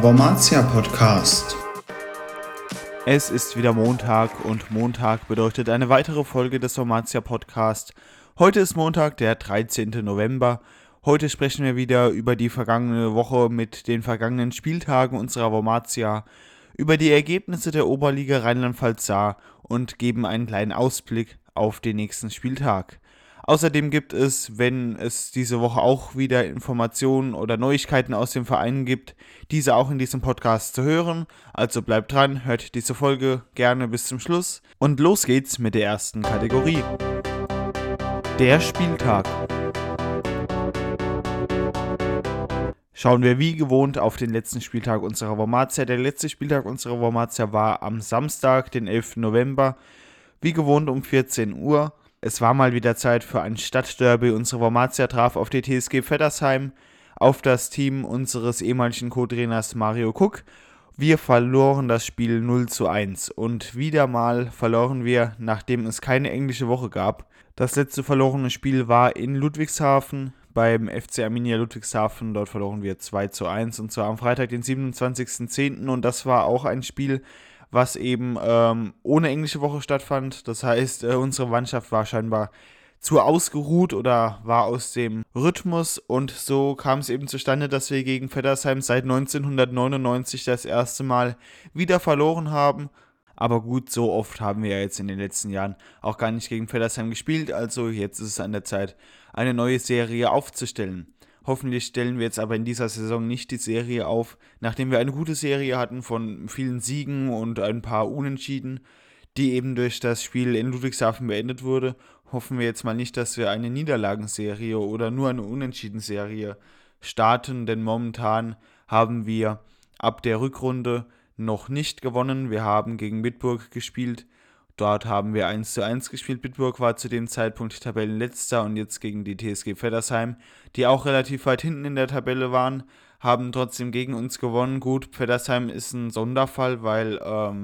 Wormatia Podcast. Es ist wieder Montag und Montag bedeutet eine weitere Folge des Wormatia Podcast. Heute ist Montag, der 13. November. Heute sprechen wir wieder über die vergangene Woche mit den vergangenen Spieltagen unserer Wormatia, über die Ergebnisse der Oberliga Rheinland-Pfalz Saar und geben einen kleinen Ausblick auf den nächsten Spieltag. Außerdem gibt es, wenn es diese Woche auch wieder Informationen oder Neuigkeiten aus dem Verein gibt, diese auch in diesem Podcast zu hören. Also bleibt dran, hört diese Folge gerne bis zum Schluss. Und los geht's mit der ersten Kategorie. Der Spieltag. Schauen wir wie gewohnt auf den letzten Spieltag unserer Wormatia. Der letzte Spieltag unserer Wormatia war am Samstag, den 11. November, wie gewohnt um 14 Uhr. Es war mal wieder Zeit für ein Stadtderby. Unsere Wormatia traf auf die TSG Vettersheim, auf das Team unseres ehemaligen Co-Trainers Mario Cook. Wir verloren das Spiel 0:1 und wieder mal verloren wir, nachdem es keine englische Woche gab. Das letzte verlorene Spiel war in Ludwigshafen beim FC Arminia Ludwigshafen. Dort verloren wir 2:1 und zwar am Freitag, den 27.10. und das war auch ein Spiel, was eben ohne englische Woche stattfand. Das heißt, unsere Mannschaft war scheinbar zu ausgeruht oder war aus dem Rhythmus und so kam es eben zustande, dass wir gegen Vettersheim seit 1999 das erste Mal wieder verloren haben. Aber gut, so oft haben wir ja jetzt in den letzten Jahren auch gar nicht gegen Vettersheim gespielt, also jetzt ist es an der Zeit, eine neue Serie aufzustellen. Hoffentlich stellen wir jetzt aber in dieser Saison nicht die Serie auf, nachdem wir eine gute Serie hatten von vielen Siegen und ein paar Unentschieden, die eben durch das Spiel in Ludwigshafen beendet wurde. Hoffen wir jetzt mal nicht, dass wir eine Niederlagenserie oder nur eine Unentschieden-Serie starten, denn momentan haben wir ab der Rückrunde noch nicht gewonnen. Wir haben gegen Bitburg gespielt. Dort haben wir 1:1 gespielt. Bitburg war zu dem Zeitpunkt Tabellenletzter und jetzt gegen die TSG Vettersheim, die auch relativ weit hinten in der Tabelle waren, haben trotzdem gegen uns gewonnen. Gut, Vettersheim ist ein Sonderfall, weil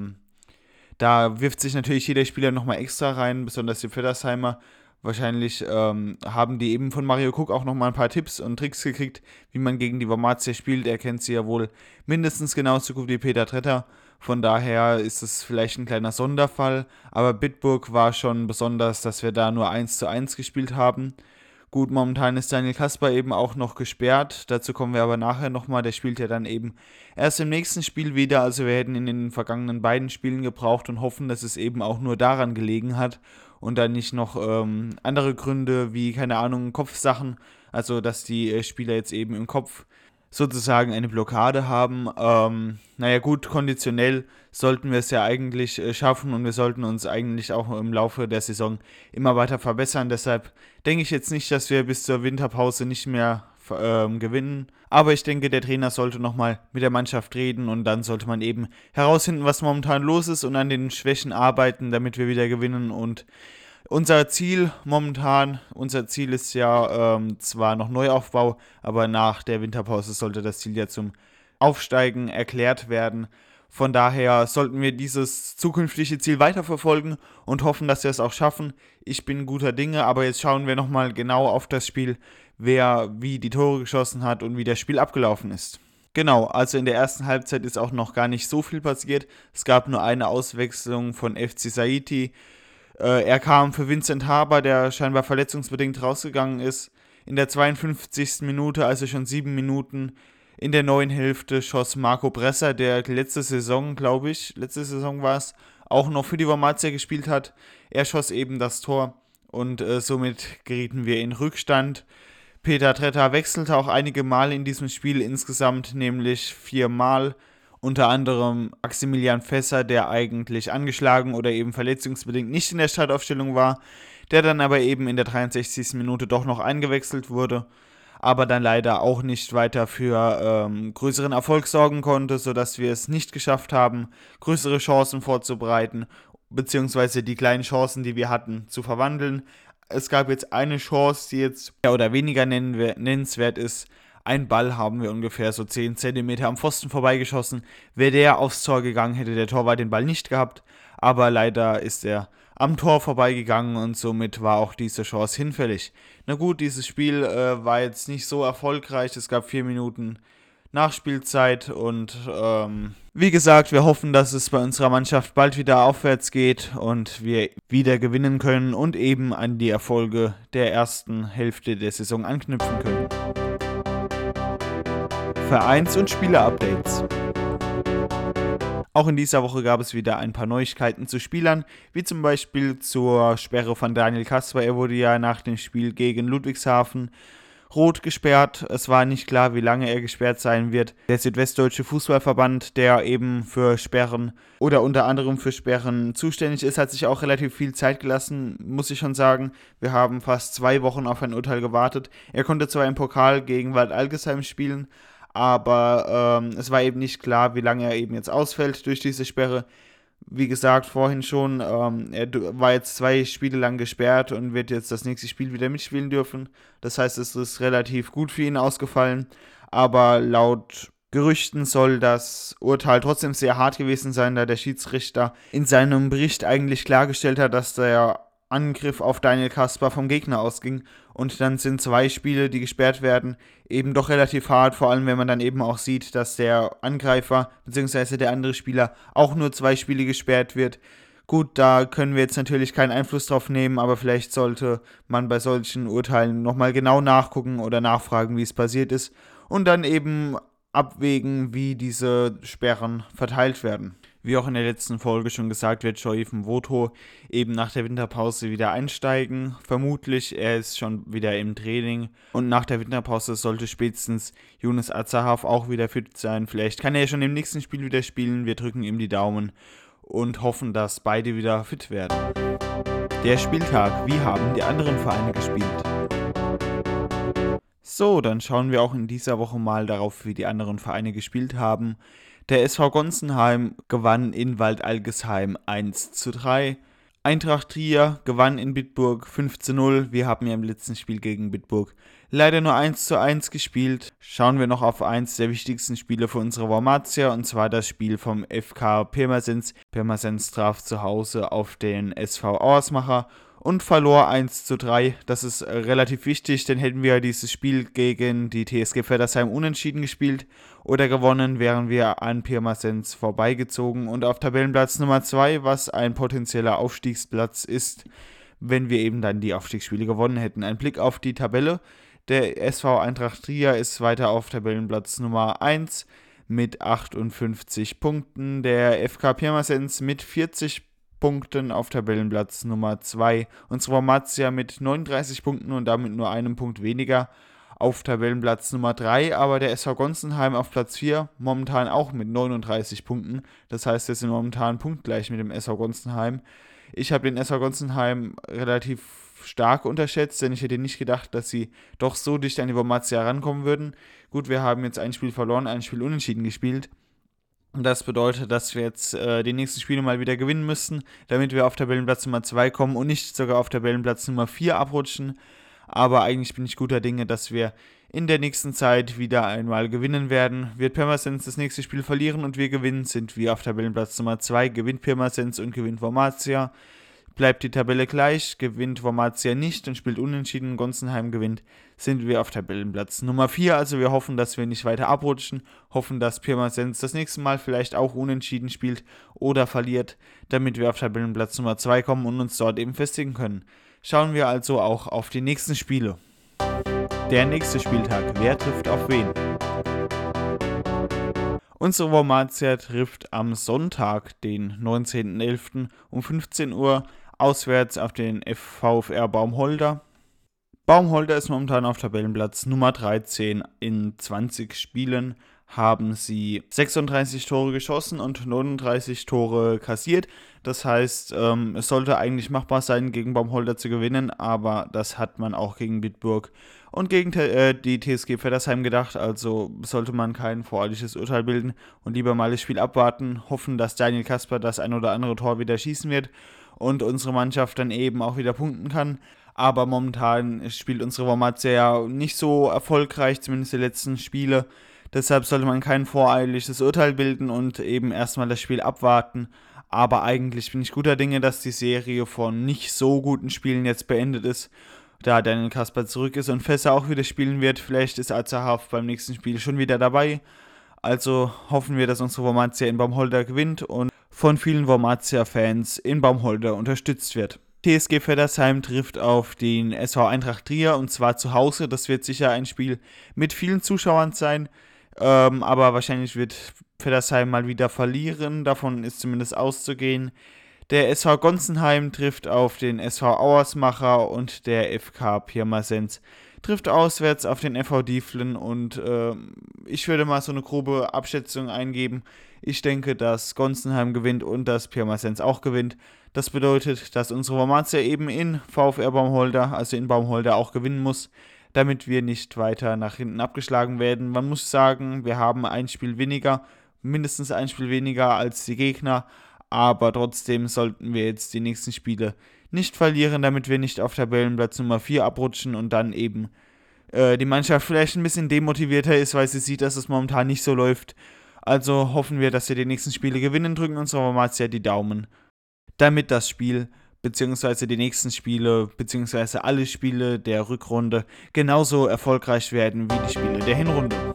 da wirft sich natürlich jeder Spieler nochmal extra rein, besonders die Vettersheimer. Wahrscheinlich haben die eben von Mario Cook auch nochmal ein paar Tipps und Tricks gekriegt, wie man gegen die Wormatia spielt. Er kennt sie ja wohl mindestens genauso gut wie Peter Tretter. Von daher ist es vielleicht ein kleiner Sonderfall. Aber Bitburg war schon besonders, dass wir da nur 1:1 gespielt haben. Gut, momentan ist Daniel Kasper eben auch noch gesperrt. Dazu kommen wir aber nachher nochmal. Der spielt ja dann eben erst im nächsten Spiel wieder. Also wir hätten in den vergangenen beiden Spielen gebraucht und hoffen, dass es eben auch nur daran gelegen hat und dann nicht noch andere Gründe wie, keine Ahnung, Kopfsachen. Also dass die Spieler jetzt eben im Kopf sozusagen eine Blockade haben. Naja gut, konditionell sollten wir es ja eigentlich schaffen und wir sollten uns eigentlich auch im Laufe der Saison immer weiter verbessern. Deshalb denke ich jetzt nicht, dass wir bis zur Winterpause nicht mehr gewinnen. Aber ich denke, der Trainer sollte nochmal mit der Mannschaft reden und dann sollte man eben herausfinden, was momentan los ist und an den Schwächen arbeiten, damit wir wieder gewinnen. Und unser Ziel ist ja zwar noch Neuaufbau, aber nach der Winterpause sollte das Ziel ja zum Aufsteigen erklärt werden. Von daher sollten wir dieses zukünftige Ziel weiterverfolgen und hoffen, dass wir es auch schaffen. Ich bin guter Dinge, aber jetzt schauen wir nochmal genau auf das Spiel, wer wie die Tore geschossen hat und wie das Spiel abgelaufen ist. Genau, also in der ersten Halbzeit ist auch noch gar nicht so viel passiert. Es gab nur eine Auswechslung von FC Saiti. Er kam für Vincent Haber, der scheinbar verletzungsbedingt rausgegangen ist. In der 52. Minute, also schon 7 Minuten in der neuen Hälfte, schoss Marco Bresser, der letzte Saison war es, auch noch für die Wormatia gespielt hat. Er schoss eben das Tor und somit gerieten wir in Rückstand. Peter Tretter wechselte auch einige Mal in diesem Spiel, insgesamt nämlich 4 Mal. Unter anderem Maximilian Fässer, der eigentlich angeschlagen oder eben verletzungsbedingt nicht in der Startaufstellung war, der dann aber eben in der 63. Minute doch noch eingewechselt wurde, aber dann leider auch nicht weiter für größeren Erfolg sorgen konnte, sodass wir es nicht geschafft haben, größere Chancen vorzubereiten, beziehungsweise die kleinen Chancen, die wir hatten, zu verwandeln. Es gab jetzt eine Chance, die jetzt mehr oder weniger nennenswert ist. Ein Ball haben wir ungefähr so 10 cm am Pfosten vorbeigeschossen. Wäre der aufs Tor gegangen, hätte der Torwart den Ball nicht gehabt. Aber leider ist er am Tor vorbeigegangen und somit war auch diese Chance hinfällig. Na gut, dieses Spiel war jetzt nicht so erfolgreich. Es gab 4 Minuten Nachspielzeit und wie gesagt, wir hoffen, dass es bei unserer Mannschaft bald wieder aufwärts geht und wir wieder gewinnen können und eben an die Erfolge der ersten Hälfte der Saison anknüpfen können. Vereins- und Spieler-Updates. Auch in dieser Woche gab es wieder ein paar Neuigkeiten zu Spielern, wie zum Beispiel zur Sperre von Daniel Kasper. Er wurde ja nach dem Spiel gegen Ludwigshafen rot gesperrt. Es war nicht klar, wie lange er gesperrt sein wird. Der Südwestdeutsche Fußballverband, der eben für Sperren oder unter anderem für Sperren zuständig ist, hat sich auch relativ viel Zeit gelassen, muss ich schon sagen. Wir haben fast 2 Wochen auf ein Urteil gewartet. Er konnte zwar im Pokal gegen Wald-Algesheim spielen, aber es war eben nicht klar, wie lange er eben jetzt ausfällt durch diese Sperre. Wie gesagt, vorhin schon, er war jetzt 2 Spiele lang gesperrt und wird jetzt das nächste Spiel wieder mitspielen dürfen. Das heißt, es ist relativ gut für ihn ausgefallen, aber laut Gerüchten soll das Urteil trotzdem sehr hart gewesen sein, da der Schiedsrichter in seinem Bericht eigentlich klargestellt hat, dass der Angriff auf Daniel Kasper vom Gegner ausging und dann sind 2 Spiele, die gesperrt werden, eben doch relativ hart, vor allem wenn man dann eben auch sieht, dass der Angreifer bzw. der andere Spieler auch nur 2 Spiele gesperrt wird. Gut, da können wir jetzt natürlich keinen Einfluss drauf nehmen, aber vielleicht sollte man bei solchen Urteilen nochmal genau nachgucken oder nachfragen, wie es passiert ist und dann eben abwägen, wie diese Sperren verteilt werden. Wie auch in der letzten Folge schon gesagt wird, Joif Mwoto eben nach der Winterpause wieder einsteigen. Vermutlich, er ist schon wieder im Training. Und nach der Winterpause sollte spätestens Yunus Azarhaf auch wieder fit sein. Vielleicht kann er ja schon im nächsten Spiel wieder spielen. Wir drücken ihm die Daumen und hoffen, dass beide wieder fit werden. Der Spieltag. Wie haben die anderen Vereine gespielt? So, dann schauen wir auch in dieser Woche mal darauf, wie die anderen Vereine gespielt haben. Der SV Gonsenheim gewann in Wald-Algesheim 1:3. Eintracht Trier gewann in Bitburg 5:0. Wir haben ja im letzten Spiel gegen Bitburg leider nur 1:1 gespielt. Schauen wir noch auf eins der wichtigsten Spiele für unsere Wormatia, und zwar das Spiel vom FK Pirmasens. Pirmasens traf zu Hause auf den SV Auersmacher und verlor 1:3. Das ist relativ wichtig, denn hätten wir dieses Spiel gegen die TSG Vettersheim unentschieden gespielt oder gewonnen, wären wir an Pirmasens vorbeigezogen und auf Tabellenplatz Nummer 2, was ein potenzieller Aufstiegsplatz ist, wenn wir eben dann die Aufstiegsspiele gewonnen hätten. Ein Blick auf die Tabelle. Der SV Eintracht Trier ist weiter auf Tabellenplatz Nummer 1 mit 58 Punkten. Der FK Pirmasens mit 40 Punkten auf Tabellenplatz Nummer 2. Unsere Wormatia mit 39 Punkten und damit nur einem Punkt weniger auf Tabellenplatz Nummer 3, aber der SV Gonsenheim auf Platz 4, momentan auch mit 39 Punkten. Das heißt, wir sind momentan punktgleich mit dem SV Gonsenheim. Ich habe den SV Gonsenheim relativ stark unterschätzt, denn ich hätte nicht gedacht, dass sie doch so dicht an die Wormatia rankommen würden. Gut, wir haben jetzt ein Spiel verloren, ein Spiel unentschieden gespielt. Und das bedeutet, dass wir jetzt die nächsten Spiele mal wieder gewinnen müssen, damit wir auf Tabellenplatz Nummer 2 kommen und nicht sogar auf Tabellenplatz Nummer 4 abrutschen. Aber eigentlich bin ich guter Dinge, dass wir in der nächsten Zeit wieder einmal gewinnen werden. Wird Pirmasens das nächste Spiel verlieren und wir gewinnen, sind wir auf Tabellenplatz Nummer 2, gewinnt Pirmasens und gewinnt Wormatia. Bleibt die Tabelle gleich, gewinnt Wormatia nicht und spielt unentschieden, Gonsenheim gewinnt, sind wir auf Tabellenplatz Nummer 4. Also wir hoffen, dass wir nicht weiter abrutschen, hoffen, dass Pirmasens das nächste Mal vielleicht auch unentschieden spielt oder verliert, damit wir auf Tabellenplatz Nummer 2 kommen und uns dort eben festigen können. Schauen wir also auch auf die nächsten Spiele. Der nächste Spieltag, wer trifft auf wen? Unsere Wormatia trifft am Sonntag, den 19.11. um 15 Uhr auswärts auf den VfR Baumholder. Baumholder ist momentan auf Tabellenplatz Nummer 13. In 20 Spielen haben sie 36 Tore geschossen und 39 Tore kassiert. Das heißt, es sollte eigentlich machbar sein, gegen Baumholder zu gewinnen, aber das hat man auch gegen Bitburg und gegen die TSG Vettersheim gedacht. Also sollte man kein voreiliges Urteil bilden und lieber mal das Spiel abwarten, hoffen, dass Daniel Kasper das ein oder andere Tor wieder schießen wird und unsere Mannschaft dann eben auch wieder punkten kann. Aber momentan spielt unsere Wormatia ja nicht so erfolgreich, zumindest die letzten Spiele. Deshalb sollte man kein voreiliges Urteil bilden und eben erstmal das Spiel abwarten. Aber eigentlich bin ich guter Dinge, dass die Serie von nicht so guten Spielen jetzt beendet ist. da Daniel Kasper zurück ist und Fässer auch wieder spielen wird. Vielleicht ist Azarhaft beim nächsten Spiel schon wieder dabei. Also hoffen wir, dass unsere Wormatia in Baumholder gewinnt und von vielen Wormatia-Fans in Baumholder unterstützt wird. TSG Vettersheim trifft auf den SV Eintracht Trier und zwar zu Hause. Das wird sicher ein Spiel mit vielen Zuschauern sein, aber wahrscheinlich wird Vettersheim mal wieder verlieren. Davon ist zumindest auszugehen. Der SV Gonsenheim trifft auf den SV Auersmacher und der FK Pirmasens trifft auswärts auf den FV Dieflen und ich würde mal so eine grobe Abschätzung eingeben. Ich denke, dass Gonsenheim gewinnt und dass Pirmasens auch gewinnt. Das bedeutet, dass unsere Wormatia eben in VfR Baumholder, also in Baumholder, auch gewinnen muss, damit wir nicht weiter nach hinten abgeschlagen werden. Man muss sagen, wir haben ein Spiel weniger, mindestens ein Spiel weniger als die Gegner, aber trotzdem sollten wir jetzt die nächsten Spiele nicht verlieren, damit wir nicht auf Tabellenplatz Nummer 4 abrutschen und dann eben die Mannschaft vielleicht ein bisschen demotivierter ist, weil sie sieht, dass es momentan nicht so läuft. Also hoffen wir, dass wir die nächsten Spiele gewinnen, drücken unserer Wormatia die Daumen, damit das Spiel bzw. die nächsten Spiele bzw. alle Spiele der Rückrunde genauso erfolgreich werden wie die Spiele der Hinrunde.